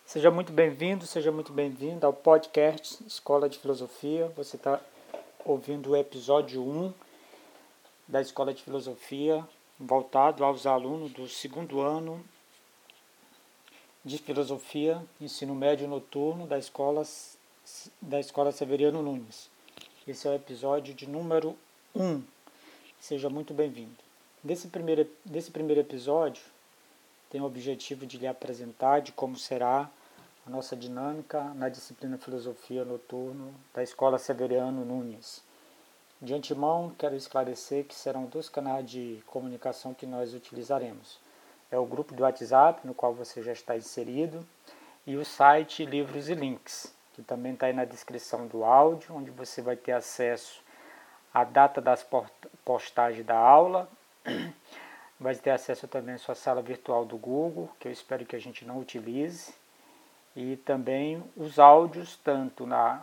Seja muito bem-vindo, seja muito bem-vinda ao podcast Escola de Filosofia. Você está ouvindo o episódio 1 da Escola de Filosofia, voltado aos alunos do segundo ano de Filosofia, Ensino Médio Noturno da Escola Severiano Nunes. Esse é o episódio de número 1. Seja muito bem-vindo. Desse primeiro episódio, tem o objetivo de lhe apresentar de como será a nossa dinâmica na disciplina Filosofia Noturno da Escola Severiano Nunes. De antemão, quero esclarecer que serão 2 canais de comunicação que nós utilizaremos. É o grupo do WhatsApp, no qual você já está inserido, e o site Livros e Links, que também está aí na descrição do áudio, onde você vai ter acesso à data das postagens da aula, vai ter acesso também à sua sala virtual do Google, que eu espero que a gente não utilize, e também os áudios, tanto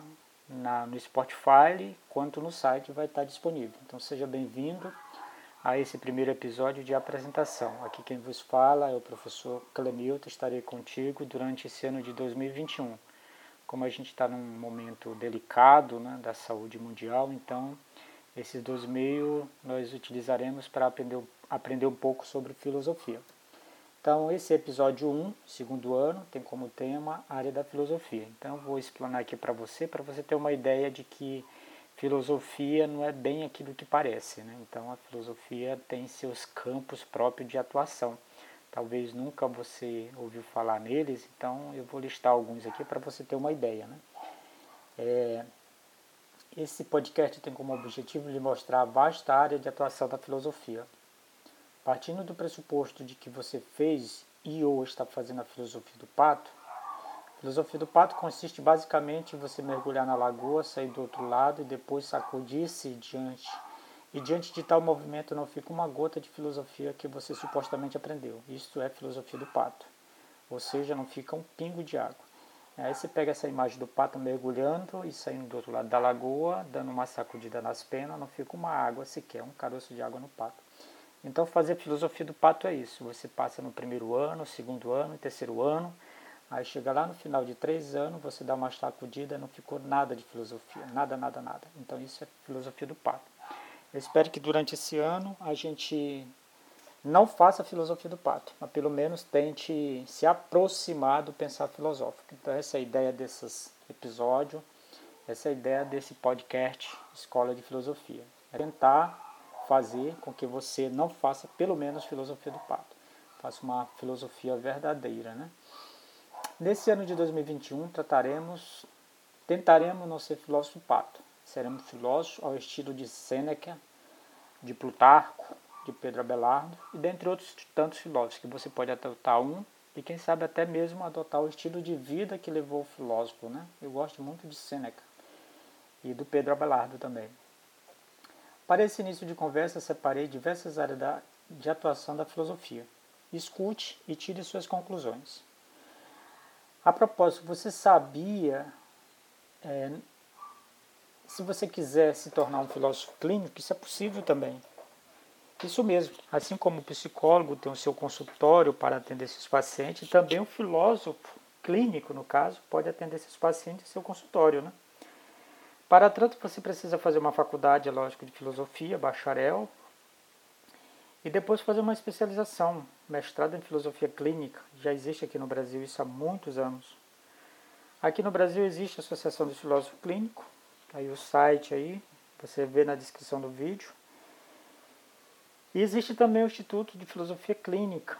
no Spotify quanto no site vai estar disponível. Então seja bem-vindo a esse primeiro episódio de apresentação. Aqui quem vos fala é o professor Clemilton, estarei contigo durante esse ano de 2021. Como a gente está num momento delicado, né, da saúde mundial, então esses 2 meios nós utilizaremos para aprender um pouco sobre filosofia. Então, esse episódio 1, segundo ano, tem como tema a área da filosofia. Então, eu vou explanar aqui para você ter uma ideia de que filosofia não é bem aquilo que parece, né? Então, a filosofia tem seus campos próprios de atuação. Talvez nunca você ouviu falar neles, então eu vou listar alguns aqui para você ter uma ideia, né? Esse podcast tem como objetivo lhe mostrar a vasta área de atuação da filosofia. Partindo do pressuposto de que você fez ou está fazendo a filosofia do pato, a filosofia do pato consiste basicamente em você mergulhar na lagoa, sair do outro lado e depois sacudir-se diante. E diante de tal movimento não fica uma gota de filosofia que você supostamente aprendeu. Isto é filosofia do pato. Ou seja, não fica um pingo de água. Aí você pega essa imagem do pato mergulhando e saindo do outro lado da lagoa, dando uma sacudida nas penas, não fica uma água sequer, um caroço de água no pato. Então, fazer filosofia do pato é isso. Você passa no primeiro ano, segundo ano, terceiro ano, aí chega lá no final de 3 anos, você dá uma sacudida, não ficou nada de filosofia, nada. Então, isso é filosofia do pato. Eu espero que durante esse ano a gente não faça filosofia do pato, mas pelo menos tente se aproximar do pensar filosófico. Então, essa é a ideia desses episódios, essa é a ideia desse podcast Escola de Filosofia. É tentar fazer com que você não faça pelo menos filosofia do pato. Faça uma filosofia verdadeira, né? Nesse ano de 2021 tentaremos não ser filósofo pato. Seremos filósofos ao estilo de Sêneca, de Plutarco, de Pedro Abelardo e dentre outros tantos filósofos que você pode adotar um e quem sabe até mesmo adotar o estilo de vida que levou o filósofo, né? Eu gosto muito de Sêneca e do Pedro Abelardo também. Para esse início de conversa, separei diversas áreas de atuação da filosofia. Escute e tire suas conclusões. A propósito, você sabia, se você quiser se tornar um filósofo clínico, isso é possível também. Isso mesmo, assim como o psicólogo tem o seu consultório para atender seus pacientes, também o filósofo clínico, no caso, pode atender seus pacientes em seu consultório, né? Para tanto, você precisa fazer uma faculdade, lógico, de filosofia, bacharel, e depois fazer uma especialização, mestrado em filosofia clínica. Já existe aqui no Brasil isso há muitos anos. Aqui no Brasil existe a Associação de Filósofo Clínico, aí o site aí, você vê na descrição do vídeo. E existe também o Instituto de Filosofia Clínica,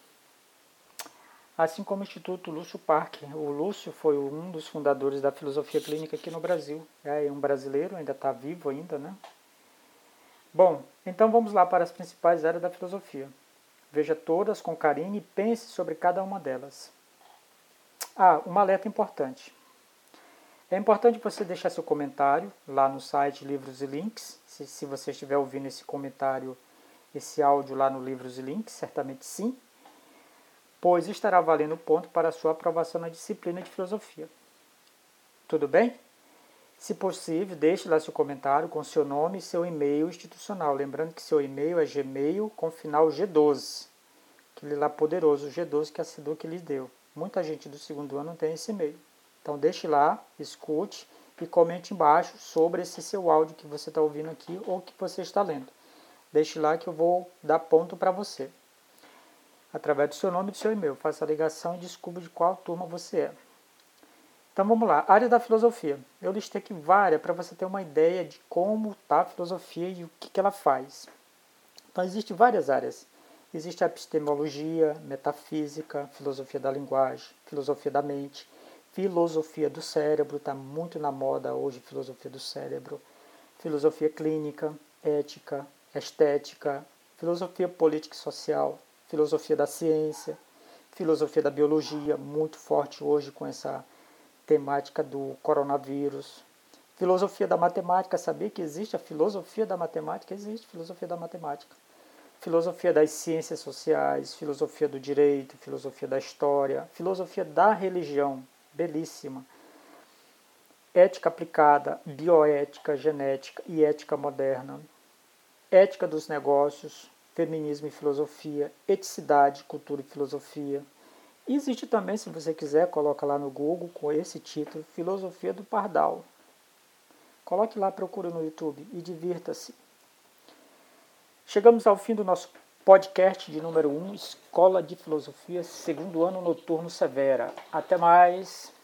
assim como o Instituto Lúcio Parker. O Lúcio foi um dos fundadores da filosofia clínica aqui no Brasil. É um brasileiro, ainda está vivo ainda, né? Bom, então vamos lá para as principais áreas da filosofia. Veja todas com carinho e pense sobre cada uma delas. Um alerta importante. É importante você deixar seu comentário lá no site Livros e Links. Se você estiver ouvindo esse comentário, esse áudio lá no Livros e Links, certamente sim, pois estará valendo ponto para a sua aprovação na disciplina de filosofia. Tudo bem? Se possível, deixe lá seu comentário com seu nome e seu e-mail institucional. Lembrando que seu e-mail é Gmail com final G12. Aquele lá poderoso G12 que a SEDUC lhe deu. Muita gente do segundo ano não tem esse e-mail. Então deixe lá, escute e comente embaixo sobre esse seu áudio que você está ouvindo aqui ou que você está lendo. Deixe lá que eu vou dar ponto para você. Através do seu nome e do seu e-mail, faça a ligação e descubra de qual turma você é. Então vamos lá, área da filosofia. Eu listei aqui várias para você ter uma ideia de como está a filosofia e o que ela faz. Então existem várias áreas. Existe a epistemologia, metafísica, filosofia da linguagem, filosofia da mente, filosofia do cérebro, está muito na moda hoje, filosofia do cérebro, filosofia clínica, ética, estética, filosofia política e social, filosofia da ciência, filosofia da biologia, muito forte hoje com essa temática do coronavírus. Filosofia da matemática, sabia que existe a filosofia da matemática? Existe filosofia da matemática. Filosofia das ciências sociais, filosofia do direito, filosofia da história, filosofia da religião, belíssima. Ética aplicada, bioética, genética e ética moderna. Ética dos negócios, feminismo e filosofia, eticidade, cultura e filosofia. E existe também, se você quiser, coloca lá no Google com esse título, Filosofia do Pardal. Coloque lá, procure no YouTube e divirta-se. Chegamos ao fim do nosso podcast de número 1, Escola de Filosofia, segundo ano noturno Severa. Até mais!